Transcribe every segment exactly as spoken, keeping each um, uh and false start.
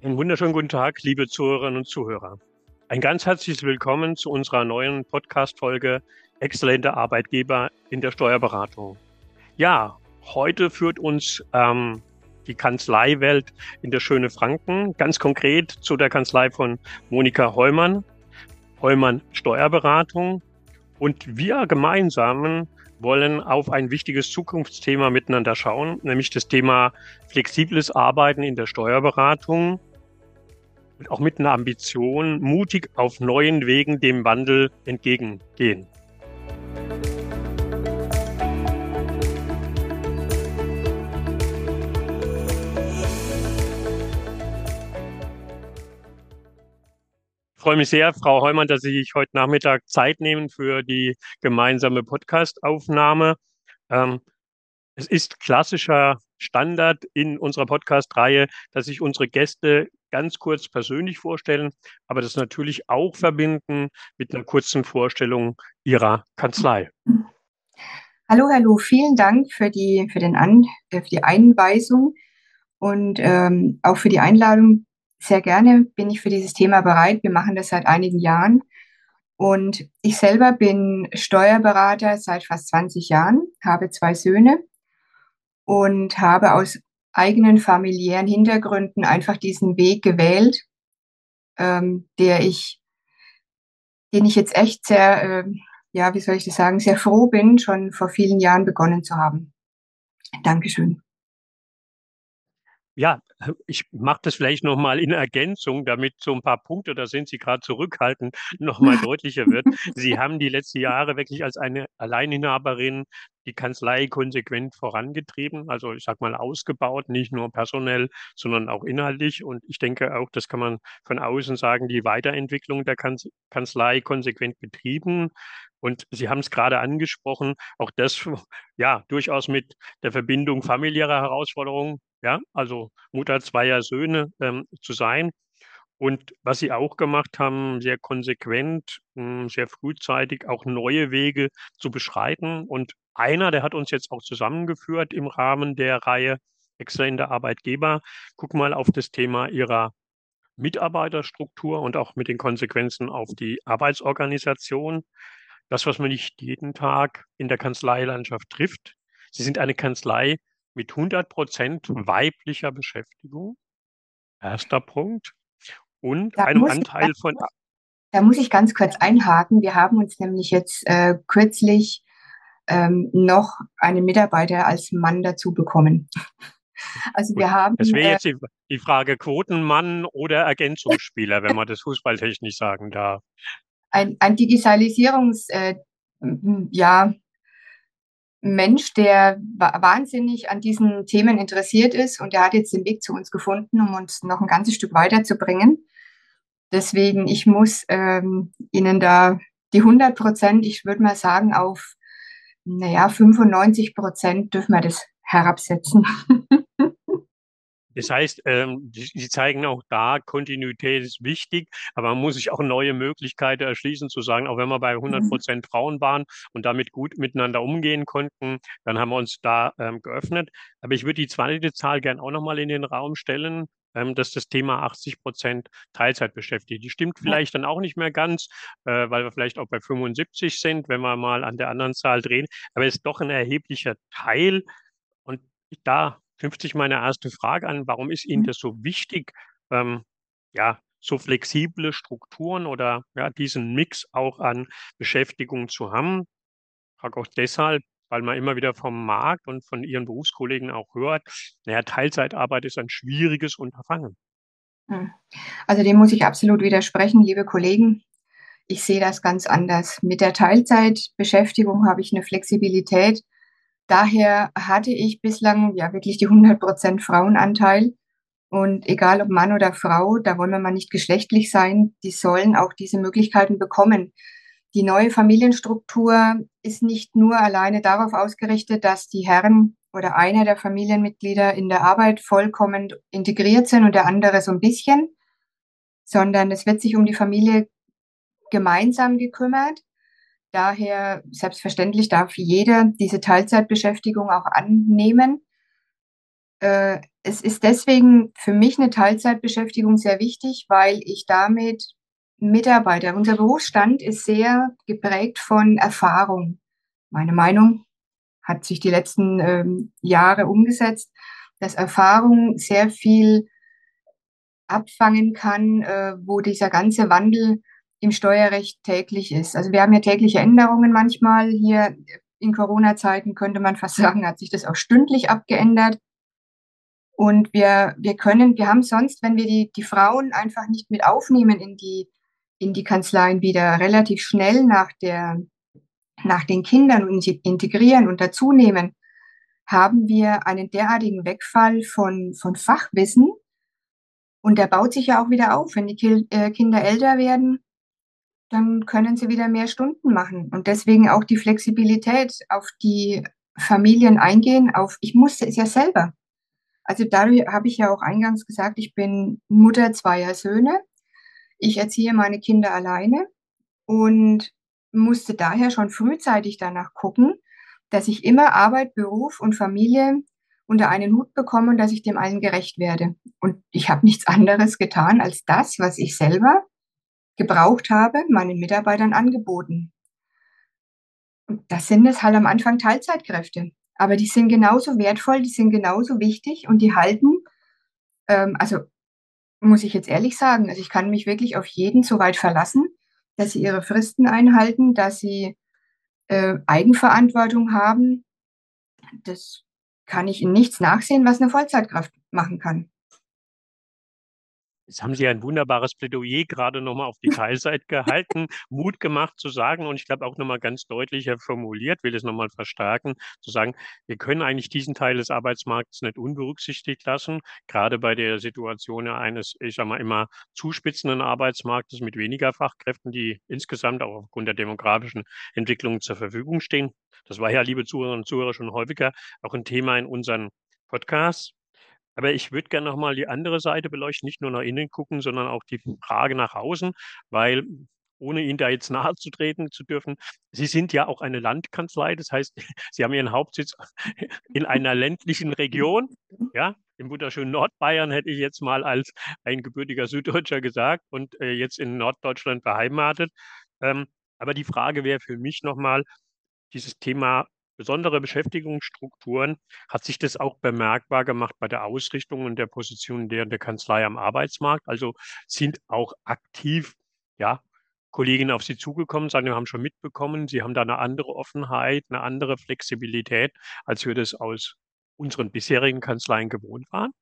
Einen wunderschönen guten Tag, liebe Zuhörerinnen und Zuhörer. Ein ganz herzliches Willkommen zu unserer neuen Podcast-Folge Exzellente Arbeitgeber in der Steuerberatung. Ja, heute führt uns ähm, die Kanzleiwelt in der schöne Franken, ganz konkret zu der Kanzlei von Monika Heumann, Heumann Steuerberatung. Und wir gemeinsam wollen auf ein wichtiges Zukunftsthema miteinander schauen, nämlich das Thema flexibles Arbeiten in der Steuerberatung. Und auch mit einer Ambition, mutig auf neuen Wegen dem Wandel entgegengehen. Ich freue mich sehr, Frau Heumann, dass Sie sich heute Nachmittag Zeit nehmen für die gemeinsame Podcastaufnahme. Ähm, es ist klassischer Standard in unserer Podcast-Reihe, dass sich unsere Gäste ganz kurz persönlich vorstellen, aber das natürlich auch verbinden mit einer kurzen Vorstellung Ihrer Kanzlei. Hallo, hallo, vielen Dank für die, für den An, äh, für die Einweisung und ähm, auch für die Einladung. Sehr gerne bin ich für dieses Thema bereit. Wir machen das seit einigen Jahren. Und ich selber bin Steuerberater seit fast zwanzig Jahren, habe zwei Söhne und habe aus eigenen familiären Hintergründen einfach diesen Weg gewählt, ähm, der ich, den ich jetzt echt sehr, äh, ja, wie soll ich das sagen, sehr froh bin, schon vor vielen Jahren begonnen zu haben. Dankeschön. Ja, ich mache das vielleicht nochmal in Ergänzung, damit so ein paar Punkte, da sind Sie gerade zurückhaltend, nochmal deutlicher wird. Sie haben die letzten Jahre wirklich als eine Alleininhaberin die Kanzlei konsequent vorangetrieben, also ich sag mal ausgebaut, nicht nur personell, sondern auch inhaltlich. Und ich denke auch, das kann man von außen sagen, die Weiterentwicklung der Kanz Kanzlei konsequent betrieben. Und Sie haben es gerade angesprochen, auch das ja durchaus mit der Verbindung familiärer Herausforderungen, ja, also Mutter zweier Söhne ähm, zu sein. Und was sie auch gemacht haben, sehr konsequent, mh, sehr frühzeitig auch neue Wege zu beschreiten. Und einer, der hat uns jetzt auch zusammengeführt im Rahmen der Reihe Exzellente Arbeitgeber. Guck mal auf das Thema ihrer Mitarbeiterstruktur und auch mit den Konsequenzen auf die Arbeitsorganisation. Das, was man nicht jeden Tag in der Kanzleilandschaft trifft. Sie sind eine Kanzlei mit hundert Prozent weiblicher Beschäftigung. Erster Punkt. Und Da einem muss ich, Anteil von, da muss ich ganz kurz einhaken. Wir haben uns nämlich jetzt äh, kürzlich ähm, noch einen Mitarbeiter als Mann dazu bekommen. Also gut, wir haben das wäre äh, jetzt die, die Frage Quotenmann oder Ergänzungsspieler, wenn man das fußballtechnisch sagen darf. ein, ein Digitalisierungs, äh, m- ja, Mensch, der wa wahnsinnig an diesen Themen interessiert ist und der hat jetzt den Weg zu uns gefunden, um uns noch ein ganzes Stück weiterzubringen. Deswegen, ich muss ähm, Ihnen da die hundert Prozent, ich würde mal sagen, auf, naja, fünfundneunzig Prozent dürfen wir das herabsetzen. Das heißt, ähm, die- Sie zeigen auch da, Kontinuität ist wichtig, aber man muss sich auch neue Möglichkeiten erschließen, zu sagen, auch wenn wir bei hundert Prozent Frauen waren und damit gut miteinander umgehen konnten, dann haben wir uns da ähm, geöffnet. Aber ich würde die zweite Zahl gern auch nochmal in den Raum stellen, ähm, dass das Thema achtzig Prozent Teilzeit beschäftigt. Die stimmt Ja, vielleicht dann auch nicht mehr ganz, äh, weil wir vielleicht auch bei fünfundsiebzig sind, wenn wir mal an der anderen Zahl drehen. Aber es ist doch ein erheblicher Teil. Und da knüpft sich meine erste Frage an, warum ist Ihnen das so wichtig, ähm, ja, so flexible Strukturen oder ja, diesen Mix auch an Beschäftigung zu haben? Ich frage auch deshalb, weil man immer wieder vom Markt und von Ihren Berufskollegen auch hört, naja, Teilzeitarbeit ist ein schwieriges Unterfangen. hm. Also dem muss ich absolut widersprechen, liebe Kollegen. Ich sehe das ganz anders. Mit der Teilzeitbeschäftigung habe ich eine Flexibilität. Daher hatte ich bislang ja wirklich die hundert Prozent Frauenanteil. Und egal ob Mann oder Frau, da wollen wir mal nicht geschlechtlich sein, die sollen auch diese Möglichkeiten bekommen. Die neue Familienstruktur ist nicht nur alleine darauf ausgerichtet, dass die Herren oder einer der Familienmitglieder in der Arbeit vollkommen integriert sind und der andere so ein bisschen, sondern es wird sich um die Familie gemeinsam gekümmert. Daher selbstverständlich darf jeder diese Teilzeitbeschäftigung auch annehmen. Äh, es ist deswegen für mich eine Teilzeitbeschäftigung sehr wichtig, weil ich damit Mitarbeiter, unser Berufsstand ist sehr geprägt von Erfahrung. Meine Meinung hat sich die letzten ähm, Jahre umgesetzt, dass Erfahrung sehr viel abfangen kann, äh, wo dieser ganze Wandel im Steuerrecht täglich ist. Also wir haben ja tägliche Änderungen manchmal. Hier in Corona-Zeiten könnte man fast sagen, hat sich das auch stündlich abgeändert. Und wir, wir können, wir haben sonst, wenn wir die, die Frauen einfach nicht mit aufnehmen in die, in die Kanzleien wieder relativ schnell nach der, nach den Kindern und sie integrieren und dazunehmen, haben wir einen derartigen Wegfall von, von Fachwissen. Und der baut sich ja auch wieder auf. Wenn die Ki äh, Kinder älter werden, dann können sie wieder mehr Stunden machen. Und deswegen auch die Flexibilität auf die Familien eingehen, auf, ich musste es ja selber. Also dadurch habe ich ja auch eingangs gesagt, ich bin Mutter zweier Söhne. Ich erziehe meine Kinder alleine und musste daher schon frühzeitig danach gucken, dass ich immer Arbeit, Beruf und Familie unter einen Hut bekomme und dass ich dem allen gerecht werde. Und ich habe nichts anderes getan als das, was ich selber gebraucht habe, meinen Mitarbeitern angeboten. Und das sind es halt am Anfang Teilzeitkräfte. Aber die sind genauso wertvoll, die sind genauso wichtig und die halten, ähm, also muss ich jetzt ehrlich sagen, also ich kann mich wirklich auf jeden so weit verlassen, dass sie ihre Fristen einhalten, dass sie äh, Eigenverantwortung haben. Das kann ich in nichts nachsehen, was eine Vollzeitkraft machen kann. Jetzt haben Sie ein wunderbares Plädoyer gerade nochmal auf die Teilzeit gehalten, Mut gemacht zu sagen und ich glaube auch nochmal ganz deutlicher formuliert, will es nochmal verstärken, zu sagen, wir können eigentlich diesen Teil des Arbeitsmarkts nicht unberücksichtigt lassen, gerade bei der Situation eines, ich sage mal, immer zuspitzenden Arbeitsmarktes mit weniger Fachkräften, die insgesamt auch aufgrund der demografischen Entwicklung zur Verfügung stehen. Das war ja, liebe Zuhörerinnen und Zuhörer, schon häufiger auch ein Thema in unseren Podcasts. Aber ich würde gerne noch mal die andere Seite beleuchten, nicht nur nach innen gucken, sondern auch die Frage nach außen, weil ohne Ihnen da jetzt nahe zu treten zu dürfen, Sie sind ja auch eine Landkanzlei, das heißt, Sie haben Ihren Hauptsitz in einer ländlichen Region, ja, im wunderschönen Nordbayern hätte ich jetzt mal als ein gebürtiger Süddeutscher gesagt und äh, jetzt in Norddeutschland beheimatet. Ähm, aber die Frage wäre für mich nochmal, dieses Thema besondere Beschäftigungsstrukturen, hat sich das auch bemerkbar gemacht bei der Ausrichtung und der Position der, der Kanzlei am Arbeitsmarkt? Also sind auch aktiv, ja, Kolleginnen auf Sie zugekommen, sagen, wir haben schon mitbekommen, Sie haben da eine andere Offenheit, eine andere Flexibilität, als wir das aus unseren bisherigen Kanzleien gewohnt waren?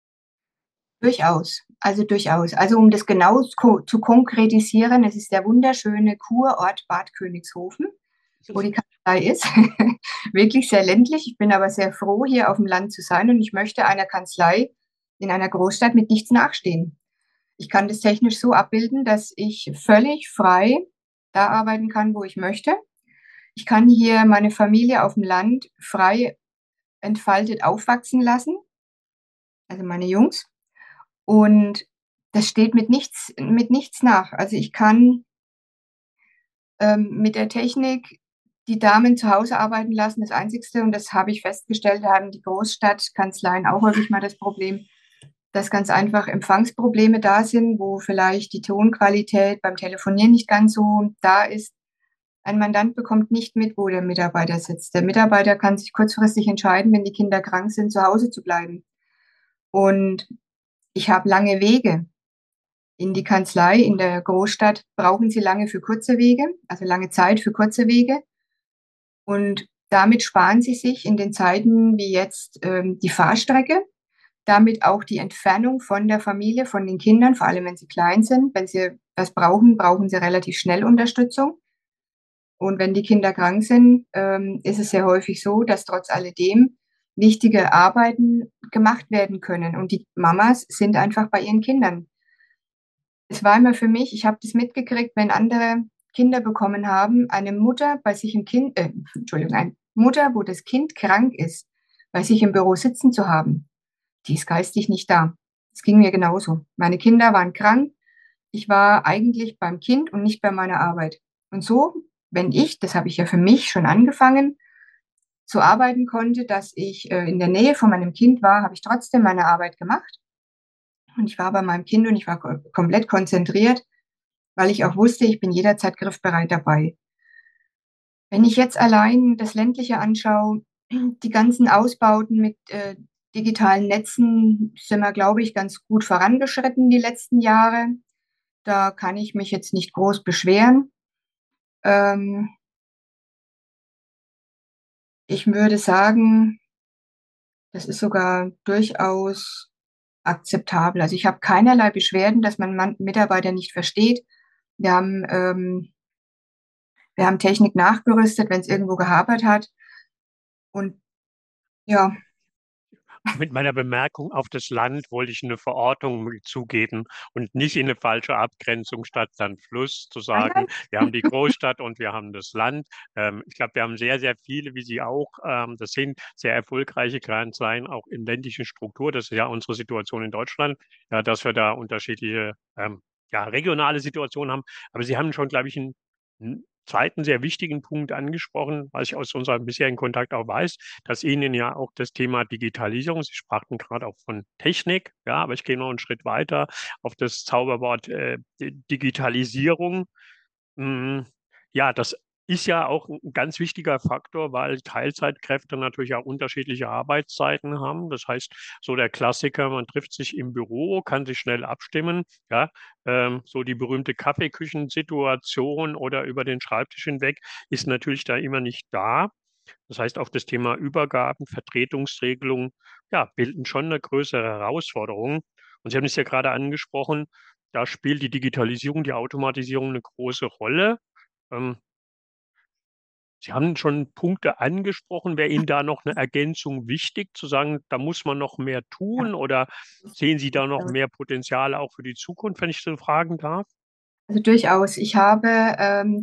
Durchaus, also durchaus. Also um das genau ko zu konkretisieren, es ist der wunderschöne Kurort Bad Königshofen, wo die Kanzlei ist. Wirklich sehr ländlich. Ich bin aber sehr froh, hier auf dem Land zu sein und ich möchte einer Kanzlei in einer Großstadt mit nichts nachstehen. Ich kann das technisch so abbilden, dass ich völlig frei da arbeiten kann, wo ich möchte. Ich kann hier meine Familie auf dem Land frei entfaltet aufwachsen lassen, also meine Jungs. Und das steht mit nichts, mit nichts nach. Also ich kann ähm, mit der Technik die Damen zu Hause arbeiten lassen. Das Einzigste, und das habe ich festgestellt, da haben die Großstadtkanzleien auch häufig mal das Problem, dass ganz einfach Empfangsprobleme da sind, wo vielleicht die Tonqualität beim Telefonieren nicht ganz so da ist. Ein Mandant bekommt nicht mit, wo der Mitarbeiter sitzt. Der Mitarbeiter kann sich kurzfristig entscheiden, wenn die Kinder krank sind, zu Hause zu bleiben. Und ich habe lange Wege in die Kanzlei. In der Großstadt brauchen sie lange für kurze Wege, also lange Zeit für kurze Wege. Und damit sparen sie sich in den Zeiten wie jetzt ähm, die Fahrstrecke, damit auch die Entfernung von der Familie, von den Kindern, vor allem wenn sie klein sind. Wenn sie was brauchen, brauchen sie relativ schnell Unterstützung. Und wenn die Kinder krank sind, ähm, ist es sehr häufig so, dass trotz alledem wichtige Arbeiten gemacht werden können. Und die Mamas sind einfach bei ihren Kindern. Es war immer für mich, ich habe das mitgekriegt, wenn andere Kinder bekommen haben, eine Mutter bei sich im Kind, äh, Entschuldigung, eine Mutter, wo das Kind krank ist, bei sich im Büro sitzen zu haben, die ist geistig nicht da. Es ging mir genauso. Meine Kinder waren krank. Ich war eigentlich beim Kind und nicht bei meiner Arbeit. Und so, wenn ich, das habe ich ja für mich schon angefangen, so arbeiten konnte, dass ich äh, in der Nähe von meinem Kind war, habe ich trotzdem meine Arbeit gemacht. Und ich war bei meinem Kind und ich war ko komplett konzentriert, weil ich auch wusste, ich bin jederzeit griffbereit dabei. Wenn ich jetzt allein das Ländliche anschaue, die ganzen Ausbauten mit äh, digitalen Netzen sind wir, glaube ich, ganz gut vorangeschritten die letzten Jahre. Da kann ich mich jetzt nicht groß beschweren. Ähm, ich würde sagen, das ist sogar durchaus akzeptabel. Also ich habe keinerlei Beschwerden, dass man man Mitarbeiter nicht versteht. Wir haben, ähm, wir haben Technik nachgerüstet, wenn es irgendwo gehapert hat. Und ja, Mit meiner Bemerkung auf das Land wollte ich eine Verortung zugeben und nicht in eine falsche Abgrenzung Stadt, Land, Fluss zu nein, sagen, nein. wir haben die Großstadt und wir haben das Land. Ähm, ich glaube, wir haben sehr, sehr viele, wie Sie auch, ähm, das sind sehr erfolgreiche Kanzleien, auch in ländlichen Struktur. Das ist ja unsere Situation in Deutschland, ja, dass wir da unterschiedliche, ähm, ja, regionale Situationen haben. Aber Sie haben schon, glaube ich, einen, einen zweiten sehr wichtigen Punkt angesprochen, was ich aus unserem bisherigen Kontakt auch weiß, dass Ihnen ja auch das Thema Digitalisierung, Sie sprachen gerade auch von Technik, ja, aber ich gehe noch einen Schritt weiter auf das Zauberwort äh, Digitalisierung. Mm, ja, das ist ja auch ein ganz wichtiger Faktor, weil Teilzeitkräfte natürlich auch unterschiedliche Arbeitszeiten haben. Das heißt, so der Klassiker, man trifft sich im Büro, kann sich schnell abstimmen, ja, ähm, so die berühmte Kaffeeküchensituation oder über den Schreibtisch hinweg ist natürlich da immer nicht da. Das heißt, auch das Thema Übergaben, Vertretungsregelungen, ja, bilden schon eine größere Herausforderung. Und Sie haben es ja gerade angesprochen, da spielt die Digitalisierung, die Automatisierung eine große Rolle. Ähm, Sie haben schon Punkte angesprochen. Wäre Ihnen da noch eine Ergänzung wichtig, zu sagen, da muss man noch mehr Ja, tun oder sehen Sie da noch durchaus. mehr Potenzial auch für die Zukunft, wenn ich so fragen darf? Also durchaus. Ich habe ähm,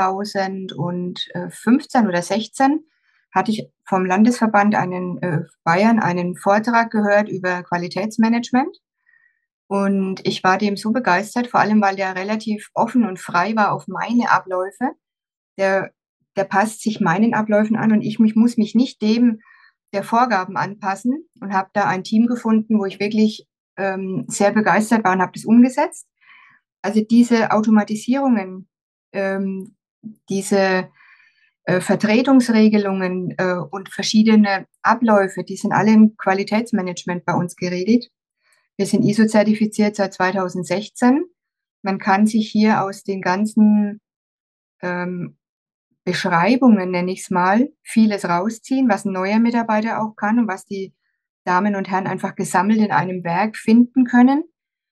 zweitausendfünfzehn oder sechzehn hatte ich vom Landesverband einen äh, Bayern einen Vortrag gehört über Qualitätsmanagement. Und ich war dem so begeistert, vor allem weil der relativ offen und frei war auf meine Abläufe. Der, der passt sich meinen Abläufen an und ich mich, muss mich nicht dem der Vorgaben anpassen und habe da ein Team gefunden, wo ich wirklich ähm, sehr begeistert war und habe das umgesetzt. Also diese Automatisierungen, ähm, diese äh, Vertretungsregelungen äh, und verschiedene Abläufe, die sind alle im Qualitätsmanagement bei uns geregelt. Wir sind I S O-zertifiziert seit zweitausendsechzehn. Man kann sich hier aus den ganzen ähm, Beschreibungen, nenne ich es mal, vieles rausziehen, was ein neuer Mitarbeiter auch kann und was die Damen und Herren einfach gesammelt in einem Werk finden können.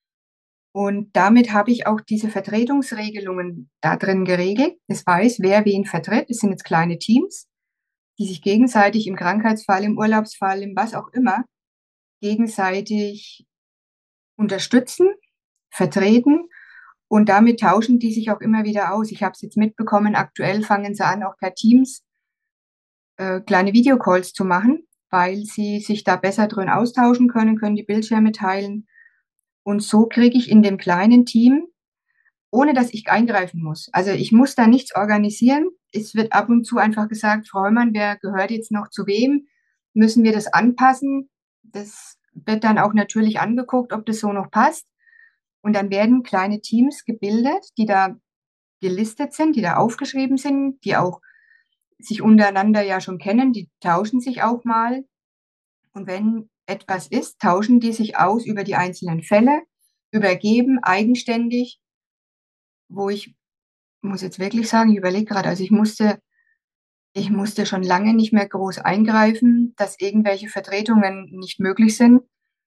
Und damit habe ich auch diese Vertretungsregelungen da drin geregelt. Es weiß, wer wen vertritt. Es sind jetzt kleine Teams, die sich gegenseitig im Krankheitsfall, im Urlaubsfall, im was auch immer, gegenseitig unterstützen, vertreten und damit tauschen die sich auch immer wieder aus. Ich habe es jetzt mitbekommen, aktuell fangen sie an, auch per Teams äh, kleine Videocalls zu machen, weil sie sich da besser drin austauschen können, können die Bildschirme teilen. Und so kriege ich in dem kleinen Team, ohne dass ich eingreifen muss. Also ich muss da nichts organisieren. Es wird ab und zu einfach gesagt, Frau Heumann, wer gehört jetzt noch zu wem? Müssen wir das anpassen? Das wird dann auch natürlich angeguckt, ob das so noch passt. Und dann werden kleine Teams gebildet, die da gelistet sind, die da aufgeschrieben sind, die auch sich untereinander ja schon kennen, die tauschen sich auch mal. Und wenn etwas ist, tauschen die sich aus über die einzelnen Fälle, übergeben eigenständig, wo ich muss jetzt wirklich sagen, ich überlege gerade, also ich musste, ich musste schon lange nicht mehr groß eingreifen, dass irgendwelche Vertretungen nicht möglich sind.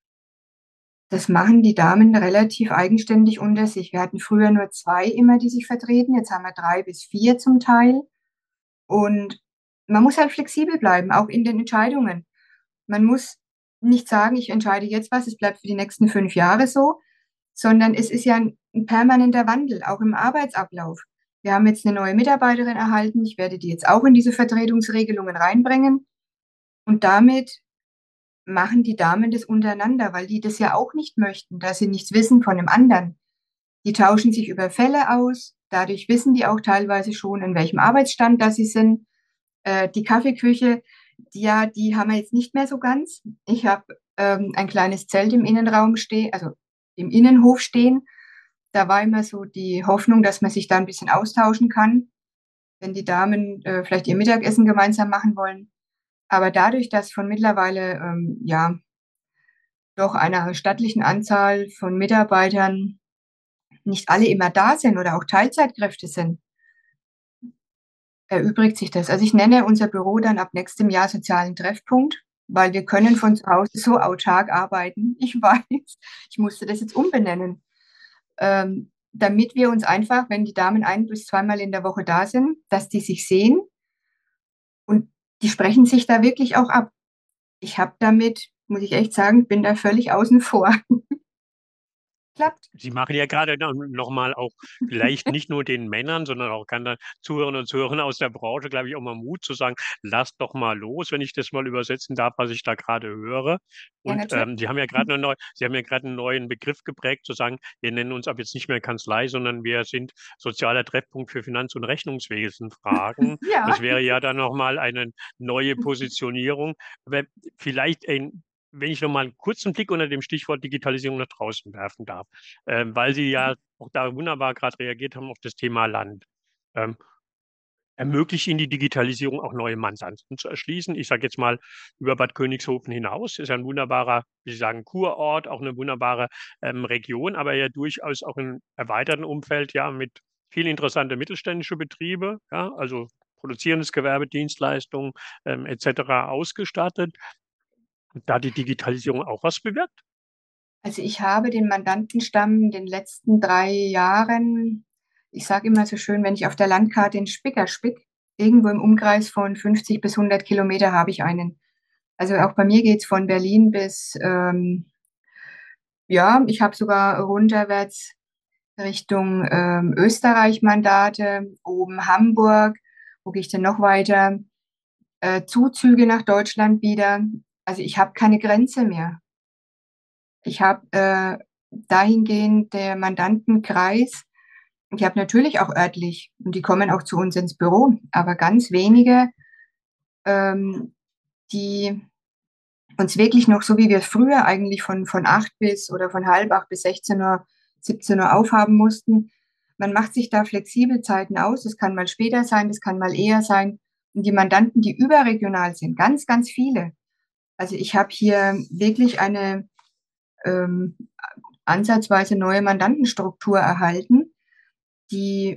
Das machen die Damen relativ eigenständig unter sich. Wir hatten früher nur zwei immer, die sich vertreten. Jetzt haben wir drei bis vier zum Teil. Und man muss halt flexibel bleiben, auch in den Entscheidungen. Man muss nicht sagen, ich entscheide jetzt was, es bleibt für die nächsten fünf Jahre so, sondern es ist ja ein, ein permanenter Wandel, auch im Arbeitsablauf. Wir haben jetzt eine neue Mitarbeiterin erhalten. Ich werde die jetzt auch in diese Vertretungsregelungen reinbringen. Und damit machen die Damen das untereinander, weil die das ja auch nicht möchten, dass sie nichts wissen von dem anderen. Die tauschen sich über Fälle aus. Dadurch wissen die auch teilweise schon, in welchem Arbeitsstand da sie sind. Äh, die Kaffeeküche, Ja, die haben wir jetzt nicht mehr so ganz. Ich habe ähm, ein kleines Zelt im Innenraum stehen, also im Innenhof stehen. Da war immer so die Hoffnung, dass man sich da ein bisschen austauschen kann, wenn die Damen äh, vielleicht ihr Mittagessen gemeinsam machen wollen. Aber dadurch, dass von mittlerweile ähm, ja doch einer stattlichen Anzahl von Mitarbeitern nicht alle immer da sind oder auch Teilzeitkräfte sind, erübrigt sich das. Also ich nenne unser Büro dann ab nächstem Jahr sozialen Treffpunkt, weil wir können von zu Hause so autark arbeiten. Ich weiß, ich musste das jetzt umbenennen, ähm, damit wir uns einfach, wenn die Damen ein bis zweimal in der Woche da sind, dass die sich sehen und die sprechen sich da wirklich auch ab. Ich habe damit, muss ich echt sagen, bin da völlig außen vor. Klappt. Sie machen ja gerade noch, noch mal auch vielleicht nicht nur den Männern, sondern auch anderen Zuhörern und Zuhörern aus der Branche, glaube ich, auch mal Mut zu sagen, lasst doch mal los, wenn ich das mal übersetzen darf, was ich da gerade höre. Ja, Und natürlich. ähm, Sie haben ja gerade eine neu, Sie haben ja gerade einen neuen Begriff geprägt, zu sagen, wir nennen uns ab jetzt nicht mehr Kanzlei, sondern wir sind sozialer Treffpunkt für Finanz- und Rechnungswesenfragen. Das Ja. wäre ja dann nochmal eine neue Positionierung. Aber vielleicht ein wenn ich noch mal einen kurzen Blick unter dem Stichwort Digitalisierung nach draußen werfen darf, ähm, weil Sie ja auch da wunderbar gerade reagiert haben auf das Thema Land. Ähm, ermöglicht Ihnen die Digitalisierung auch neue Mandanten zu erschließen? Ich sage jetzt mal über Bad Königshofen hinaus, ist ja ein wunderbarer, wie Sie sagen, Kurort, auch eine wunderbare ähm, Region, aber ja durchaus auch im erweiterten Umfeld, ja, mit viel interessante mittelständische Betriebe, ja, also produzierendes Gewerbe, Dienstleistungen ähm, et cetera ausgestattet. Und da die Digitalisierung auch was bewirkt. Also ich habe den Mandantenstamm in den letzten drei Jahren, ich sage immer so schön, wenn ich auf der Landkarte in Spicker spick, irgendwo im Umkreis von fünfzig bis hundert Kilometer habe ich einen. Also auch bei mir geht es von Berlin bis, ähm, ja, ich habe sogar runterwärts Richtung ähm, Österreich Mandate, oben Hamburg, wo gehe ich denn noch weiter? Äh, Zuzüge nach Deutschland wieder. Also ich habe keine Grenze mehr. Ich habe äh, dahingehend der Mandantenkreis, ich habe natürlich auch örtlich, und die kommen auch zu uns ins Büro, aber ganz wenige, ähm, die uns wirklich noch so wie wir früher eigentlich von, von acht bis oder von halb acht bis sechzehn Uhr, siebzehn Uhr aufhaben mussten. Man macht sich da flexibel Zeiten aus. Das kann mal später sein, das kann mal eher sein. Und die Mandanten, die überregional sind, ganz, ganz viele. Also ich habe hier wirklich eine ähm, ansatzweise neue Mandantenstruktur erhalten, die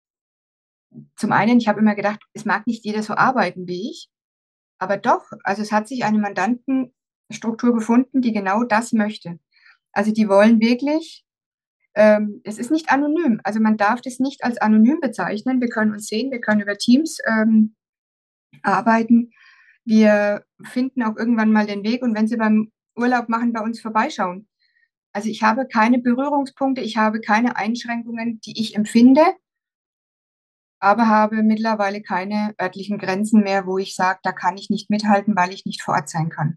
zum einen, ich habe immer gedacht, es mag nicht jeder so arbeiten wie ich, aber doch, also es hat sich eine Mandantenstruktur gefunden, die genau das möchte. Also die wollen wirklich, ähm, es ist nicht anonym, also man darf das nicht als anonym bezeichnen. Wir können uns sehen, wir können über Teams ähm, arbeiten. Wir finden auch irgendwann mal den Weg und wenn Sie beim Urlaub machen, bei uns vorbeischauen. Also ich habe keine Berührungspunkte, ich habe keine Einschränkungen, die ich empfinde, aber habe mittlerweile keine örtlichen Grenzen mehr, wo ich sage, da kann ich nicht mithalten, weil ich nicht vor Ort sein kann.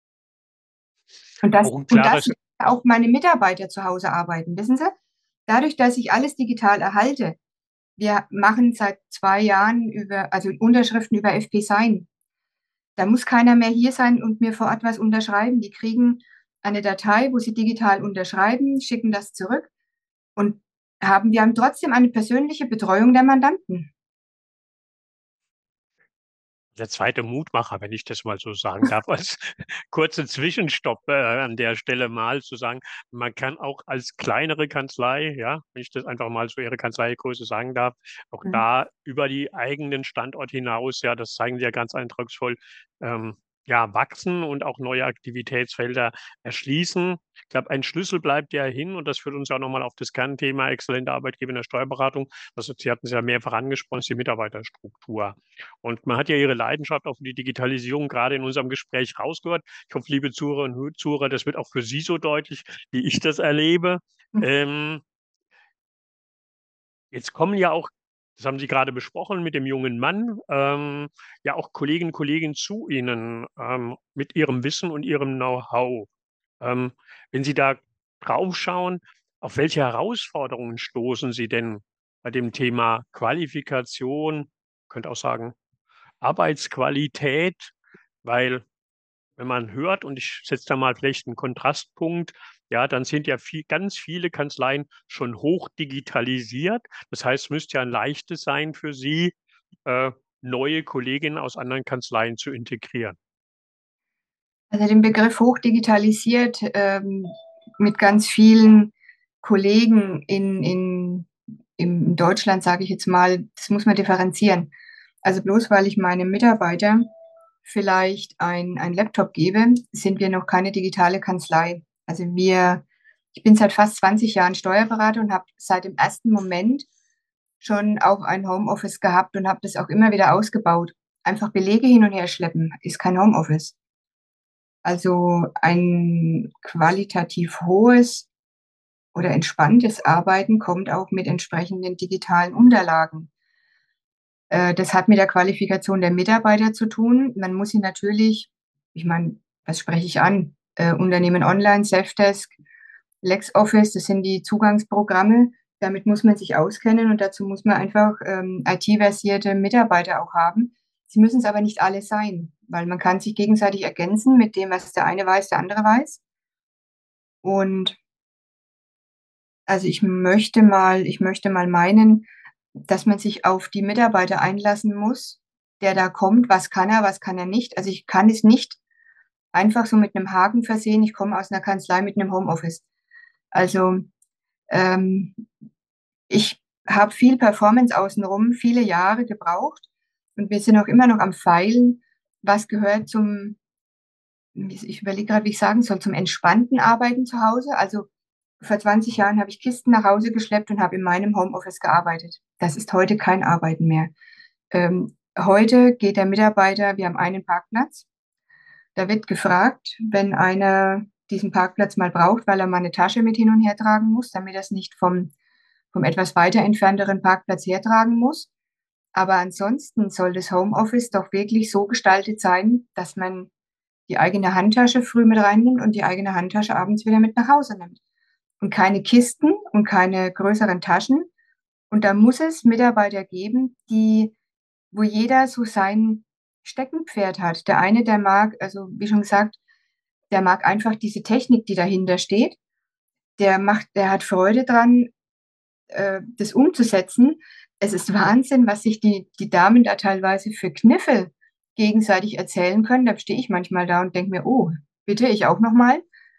Und das, Auch ein und das klares, auch meine Mitarbeiter zu Hause arbeiten, wissen Sie? Dadurch, dass ich alles digital erhalte, wir machen seit zwei Jahren über, also Unterschriften über F P Sign. Da muss keiner mehr hier sein und mir vor Ort was unterschreiben. Die kriegen eine Datei, wo sie digital unterschreiben, schicken das zurück und haben, wir haben trotzdem eine persönliche Betreuung der Mandanten. der zweite Mutmacher, wenn ich das mal so sagen darf, als kurzen Zwischenstopp äh, an der Stelle mal zu sagen, man kann auch als kleinere Kanzlei, ja, wenn ich das einfach mal so Ihre Kanzleigröße sagen darf, auch Mhm. da über die eigenen Standort hinaus, ja, das zeigen Sie ja ganz eindrucksvoll, ähm, ja, wachsen und auch neue Aktivitätsfelder erschließen. Ich glaube, ein Schlüssel bleibt ja hin und das führt uns ja nochmal auf das Kernthema exzellente Arbeitgeber in der Steuerberatung. Das, Sie hatten es ja mehrfach angesprochen, ist die Mitarbeiterstruktur. Und man hat ja Ihre Leidenschaft auch für die Digitalisierung gerade in unserem Gespräch rausgehört. Ich hoffe, liebe Zuhörerinnen und Zuhörer, das wird auch für Sie so deutlich, wie ich das erlebe. Ähm, jetzt kommen ja auch, das haben Sie gerade besprochen mit dem jungen Mann, ähm, ja auch Kolleginnen und Kollegen zu Ihnen ähm, mit ihrem Wissen und ihrem Know-how. Ähm, wenn Sie da draufschauen, auf welche Herausforderungen stoßen Sie denn bei dem Thema Qualifikation, könnte auch sagen, Arbeitsqualität? weil wenn man hört, und ich setze da mal vielleicht einen Kontrastpunkt, ja, dann sind ja viel, ganz viele Kanzleien schon hoch digitalisiert. Das heißt, es müsste ja ein leichtes sein für Sie, äh, neue Kolleginnen aus anderen Kanzleien zu integrieren. Also den Begriff hochdigitalisiert ähm, mit ganz vielen Kollegen in, in, in Deutschland, sage ich jetzt mal, das muss man differenzieren. Also bloß weil ich meinem Mitarbeiter vielleicht ein, ein Laptop gebe, sind wir noch keine digitale Kanzlei. Also wir, ich bin seit fast zwanzig Jahren Steuerberater und habe seit dem ersten Moment schon auch ein Homeoffice gehabt und habe das auch immer wieder ausgebaut. Einfach Belege hin und her schleppen ist kein Homeoffice. Also ein qualitativ hohes oder entspanntes Arbeiten kommt auch mit entsprechenden digitalen Unterlagen. Äh, das hat mit der Qualifikation der Mitarbeiter zu tun. Man muss sie natürlich, ich meine, was spreche ich an? Äh, Unternehmen Online, Safdesk, LexOffice, das sind die Zugangsprogramme. Damit muss man sich auskennen und dazu muss man einfach ähm, I T-versierte Mitarbeiter auch haben. Sie müssen es aber nicht alle sein, weil man kann sich gegenseitig ergänzen mit dem, was der eine weiß, der andere weiß. Und also ich möchte mal, ich möchte mal meinen, dass man sich auf die Mitarbeiter einlassen muss, der da kommt. Was kann er, was kann er nicht? Also ich kann es nicht einfach so mit einem Haken versehen. Ich komme aus einer Kanzlei mit einem Homeoffice. Also ähm, ich habe viel Performance außenrum, viele Jahre gebraucht und wir sind auch immer noch am Feilen. Was gehört zum, ich überlege gerade, wie ich sagen soll, zum entspannten Arbeiten zu Hause? Also vor zwanzig Jahren habe ich Kisten nach Hause geschleppt und habe in meinem Homeoffice gearbeitet. Das ist heute kein Arbeiten mehr. Ähm, heute geht der Mitarbeiter, wir haben einen Parkplatz. Da wird gefragt, wenn einer diesen Parkplatz mal braucht, weil er mal eine Tasche mit hin und her tragen muss, damit er es nicht vom, vom etwas weiter entfernteren Parkplatz hertragen muss. Aber ansonsten soll das Homeoffice doch wirklich so gestaltet sein, dass man die eigene Handtasche früh mit reinnimmt und die eigene Handtasche abends wieder mit nach Hause nimmt. Und keine Kisten und keine größeren Taschen. Und da muss es Mitarbeiter geben, die, wo jeder so sein Steckenpferd hat. Der eine, der mag, also wie schon gesagt, der mag einfach diese Technik, die dahinter steht. Der macht, der hat Freude dran, äh, das umzusetzen. Es ist Wahnsinn, was sich die, die Damen da teilweise für Kniffe gegenseitig erzählen können. Da stehe ich manchmal da und denke mir, oh, bitte, ich auch nochmal.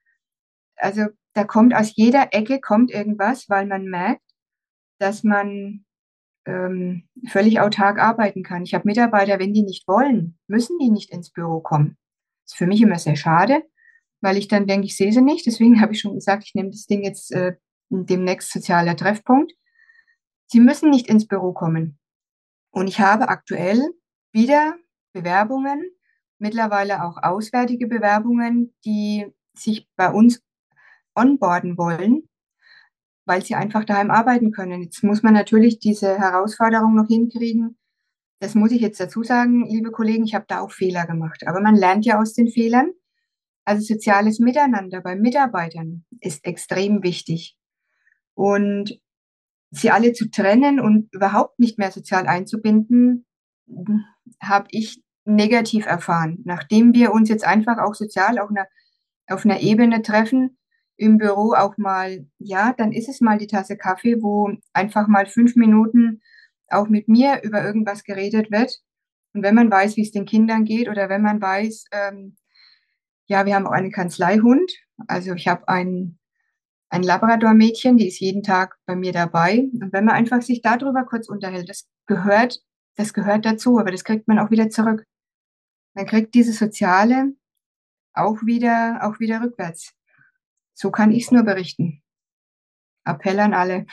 Also da kommt aus jeder Ecke kommt irgendwas, weil man merkt, dass man ähm, völlig autark arbeiten kann. Ich habe Mitarbeiter, wenn die nicht wollen, müssen die nicht ins Büro kommen. Das ist für mich immer sehr schade, weil ich dann denke, ich sehe sie nicht. Deswegen habe ich schon gesagt, ich nehme das Ding jetzt äh, demnächst sozialer Treffpunkt. Sie müssen nicht ins Büro kommen. Und ich habe aktuell wieder Bewerbungen, mittlerweile auch auswärtige Bewerbungen, die sich bei uns onboarden wollen, weil sie einfach daheim arbeiten können. Jetzt muss man natürlich diese Herausforderung noch hinkriegen. Das muss ich jetzt dazu sagen, liebe Kollegen, ich habe da auch Fehler gemacht. Aber man lernt ja aus den Fehlern. Also soziales Miteinander bei Mitarbeitern ist extrem wichtig. Und sie alle zu trennen und überhaupt nicht mehr sozial einzubinden, habe ich negativ erfahren. Nachdem wir uns jetzt einfach auch sozial auf einer, auf einer Ebene treffen, im Büro auch mal, ja, dann ist es mal die Tasse Kaffee, wo einfach mal fünf Minuten auch mit mir über irgendwas geredet wird. Und wenn man weiß, wie es den Kindern geht oder wenn man weiß, ähm, ja, wir haben auch einen Kanzleihund. Also ich habe einen ein Labrador-Mädchen, die ist jeden Tag bei mir dabei. Und wenn man einfach sich darüber kurz unterhält, das gehört, das gehört dazu, aber das kriegt man auch wieder zurück. Man kriegt dieses Soziale auch wieder, auch wieder rückwärts. So kann ich es nur berichten. Appell an alle.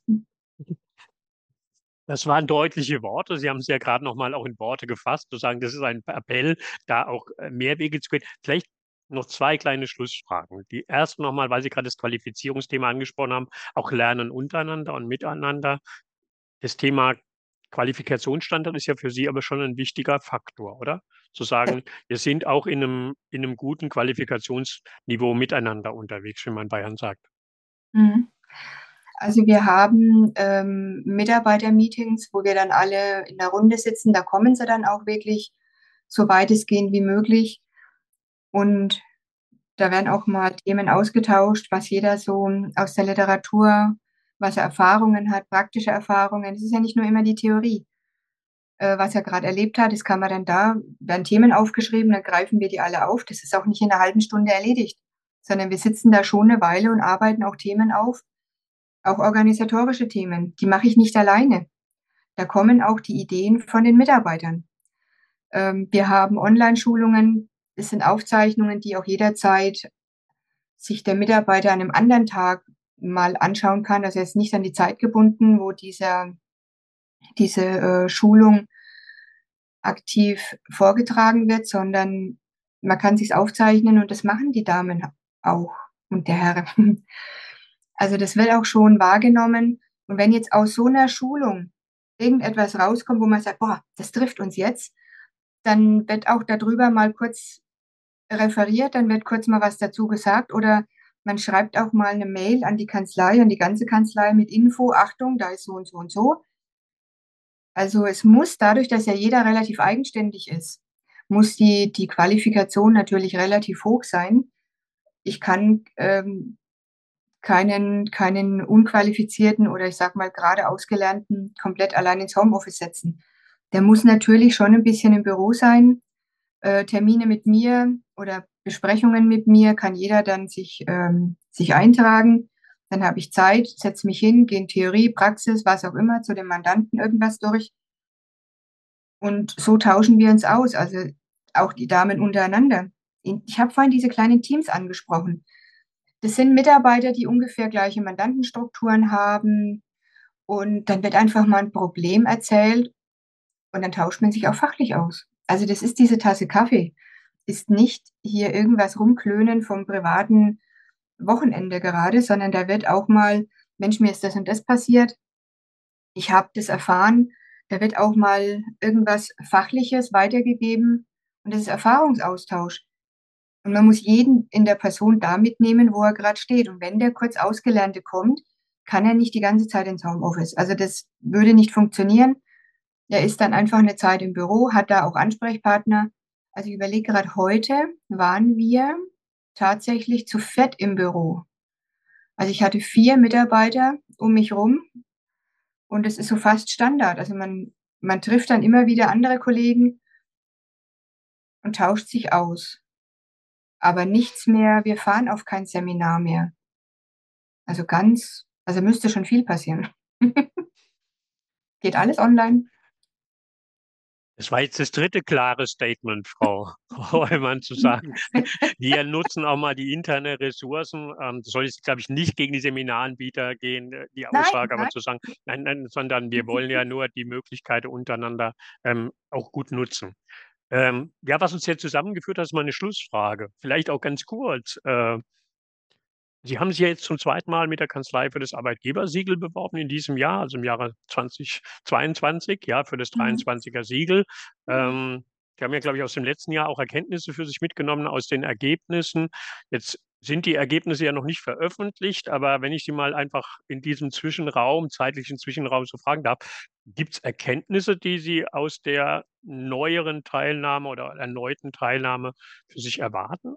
Das waren deutliche Worte. Sie haben es ja gerade noch mal auch in Worte gefasst, zu sagen, das ist ein Appell, da auch äh, mehr Wege zu gehen. Vielleicht noch zwei kleine Schlussfragen. Die erste nochmal, weil Sie gerade das Qualifizierungsthema angesprochen haben, auch Lernen untereinander und miteinander. Das Thema Qualifikationsstandard ist ja für Sie aber schon ein wichtiger Faktor, oder? Zu sagen, wir sind auch in einem, in einem guten Qualifikationsniveau miteinander unterwegs, wie man in Bayern sagt. Mhm. Also wir haben ähm, Mitarbeiter-Meetings, wo wir dann alle in der Runde sitzen. Da kommen sie dann auch wirklich so weitestgehend wie möglich. Und da werden auch mal Themen ausgetauscht, was jeder so aus der Literatur, was er Erfahrungen hat, praktische Erfahrungen. Es ist ja nicht nur immer die Theorie, äh, was er gerade erlebt hat. Das kann man dann da, werden Themen aufgeschrieben, dann greifen wir die alle auf. Das ist auch nicht in einer halben Stunde erledigt, sondern wir sitzen da schon eine Weile und arbeiten auch Themen auf, auch organisatorische Themen. Die mache ich nicht alleine. Da kommen auch die Ideen von den Mitarbeitern. Ähm, wir haben Online-Schulungen, es sind Aufzeichnungen, die auch jederzeit sich der Mitarbeiter an einem anderen Tag mal anschauen kann. Also jetzt nicht an die Zeit gebunden, wo dieser, diese äh, Schulung aktiv vorgetragen wird, sondern man kann sich aufzeichnen und das machen die Damen auch und der Herr. Also das wird auch schon wahrgenommen. Und wenn jetzt aus so einer Schulung irgendetwas rauskommt, wo man sagt, boah, das trifft uns jetzt, dann wird auch darüber mal kurz referiert, dann wird kurz mal was dazu gesagt oder man schreibt auch mal eine Mail an die Kanzlei, an die ganze Kanzlei mit Info, Achtung, da ist so und so und so. Also es muss dadurch, dass ja jeder relativ eigenständig ist, muss die, die Qualifikation natürlich relativ hoch sein. Ich kann ähm, keinen, keinen unqualifizierten oder ich sag mal gerade ausgelernten komplett allein ins Homeoffice setzen. Der muss natürlich schon ein bisschen im Büro sein. Äh, Termine mit mir oder Besprechungen mit mir kann jeder dann sich, ähm, sich eintragen. Dann habe ich Zeit, setze mich hin, gehe in Theorie, Praxis, was auch immer, zu dem Mandanten irgendwas durch. Und so tauschen wir uns aus, also auch die Damen untereinander. Ich habe vorhin diese kleinen Teams angesprochen. Das sind Mitarbeiter, die ungefähr gleiche Mandantenstrukturen haben. Und dann wird einfach mal ein Problem erzählt und dann tauscht man sich auch fachlich aus. Also das ist diese Tasse Kaffee. Ist nicht hier irgendwas rumklönen vom privaten Wochenende gerade, sondern da wird auch mal, Mensch, mir ist das und das passiert. Ich habe das erfahren. Da wird auch mal irgendwas Fachliches weitergegeben und das ist Erfahrungsaustausch. Und man muss jeden in der Person da mitnehmen, wo er gerade steht. Und wenn der kurz Ausgelernte kommt, kann er nicht die ganze Zeit ins Homeoffice. Also das würde nicht funktionieren. Er ist dann einfach eine Zeit im Büro, hat da auch Ansprechpartner. Also ich überlege gerade, heute waren wir tatsächlich zu viert im Büro. Also ich hatte vier Mitarbeiter um mich rum und es ist so fast Standard. Also man, man trifft dann immer wieder andere Kollegen und tauscht sich aus. Aber nichts mehr, wir fahren auf kein Seminar mehr. Also ganz, also müsste schon viel passieren. Geht alles online. Das war jetzt das dritte klare Statement, Frau Heumann, zu sagen, wir nutzen auch mal die internen Ressourcen. Ähm, das soll jetzt, glaube ich, nicht gegen die Seminaranbieter gehen, äh, die Nein, Aussage, aber nein. zu sagen, nein, nein, sondern wir wollen ja nur die Möglichkeiten untereinander ähm, auch gut nutzen. Ähm, ja, was uns jetzt zusammengeführt hat, ist meine Schlussfrage. Vielleicht auch ganz kurz. Äh, Sie haben sich ja jetzt zum zweiten Mal mit der Kanzlei für das Arbeitgebersiegel beworben in diesem Jahr, also im Jahre zweitausendzweiundzwanzig, ja, für das Mhm. dreiundzwanziger Siegel. Ähm, Sie haben ja, glaube ich, aus dem letzten Jahr auch Erkenntnisse für sich mitgenommen aus den Ergebnissen. Jetzt sind die Ergebnisse ja noch nicht veröffentlicht, aber wenn ich Sie mal einfach in diesem Zwischenraum, zeitlichen Zwischenraum so fragen darf, gibt es Erkenntnisse, die Sie aus der neueren Teilnahme oder erneuten Teilnahme für sich erwarten?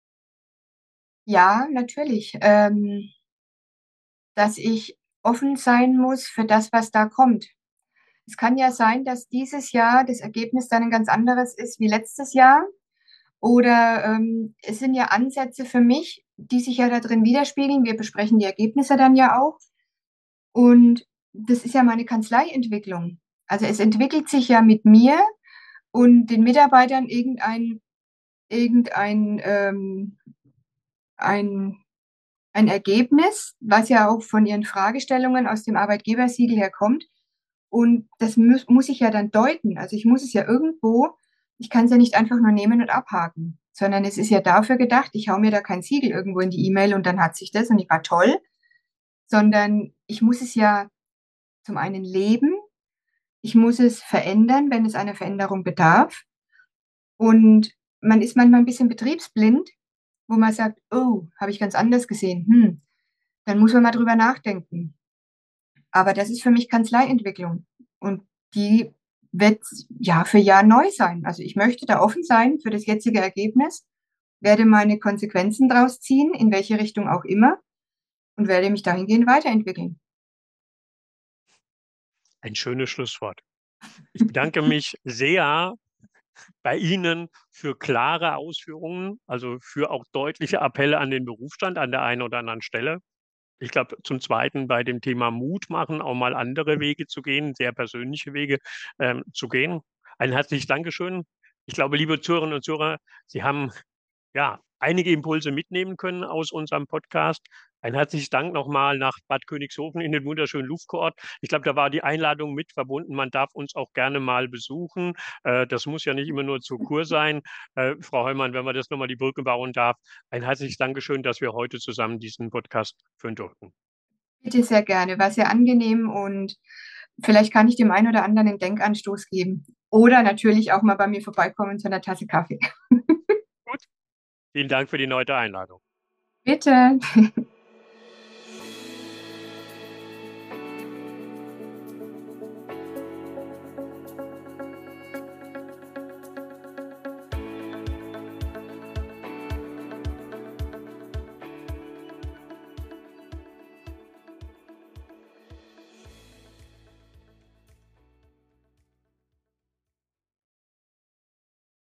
Ja, natürlich. Ähm, dass ich offen sein muss für das, was da kommt. Es kann ja sein, dass dieses Jahr das Ergebnis dann ein ganz anderes ist wie letztes Jahr. Oder ähm, es sind ja Ansätze für mich, die sich ja da drin widerspiegeln. Wir besprechen die Ergebnisse dann ja auch. Und das ist ja meine Kanzleientwicklung. Also es entwickelt sich ja mit mir und den Mitarbeitern irgendein, irgendein ähm, ein, ein Ergebnis, was ja auch von ihren Fragestellungen aus dem Arbeitgebersiegel herkommt. Und das muss, muss ich ja dann deuten. Also ich muss es ja irgendwo, ich kann es ja nicht einfach nur nehmen und abhaken, sondern es ist ja dafür gedacht, ich hau mir da kein Siegel irgendwo in die E-Mail und dann hat sich das und ich war toll, sondern ich muss es ja zum einen leben, ich muss es verändern, wenn es einer Veränderung bedarf. Und man ist manchmal ein bisschen betriebsblind, wo man sagt, oh, habe ich ganz anders gesehen. Hm, dann muss man mal drüber nachdenken. Aber das ist für mich Kanzleientwicklung. Und die wird Jahr für Jahr neu sein. Also ich möchte da offen sein für das jetzige Ergebnis, werde meine Konsequenzen daraus ziehen, in welche Richtung auch immer, und werde mich dahingehend weiterentwickeln. Ein schönes Schlusswort. Ich bedanke mich sehr bei Ihnen für klare Ausführungen, also für auch deutliche Appelle an den Berufsstand an der einen oder anderen Stelle. Ich glaube, zum Zweiten bei dem Thema Mut machen, auch mal andere Wege zu gehen, sehr persönliche Wege ähm, zu gehen. Ein herzliches Dankeschön. Ich glaube, liebe Zuhörerinnen und Zuhörer, Sie haben ja einige Impulse mitnehmen können aus unserem Podcast. Ein herzliches Dank nochmal nach Bad Königshofen in den wunderschönen Luftkurort. Ich glaube, da war die Einladung mit verbunden. Man darf uns auch gerne mal besuchen. Äh, das muss ja nicht immer nur zur Kur sein. Äh, Frau Heumann, wenn man das nochmal die Brücke bauen darf, ein herzliches Dankeschön, dass wir heute zusammen diesen Podcast führen durften. Bitte sehr gerne, war sehr angenehm und vielleicht kann ich dem einen oder anderen einen Denkanstoß geben. Oder natürlich auch mal bei mir vorbeikommen zu einer Tasse Kaffee. Gut, vielen Dank für die neue Einladung. Bitte.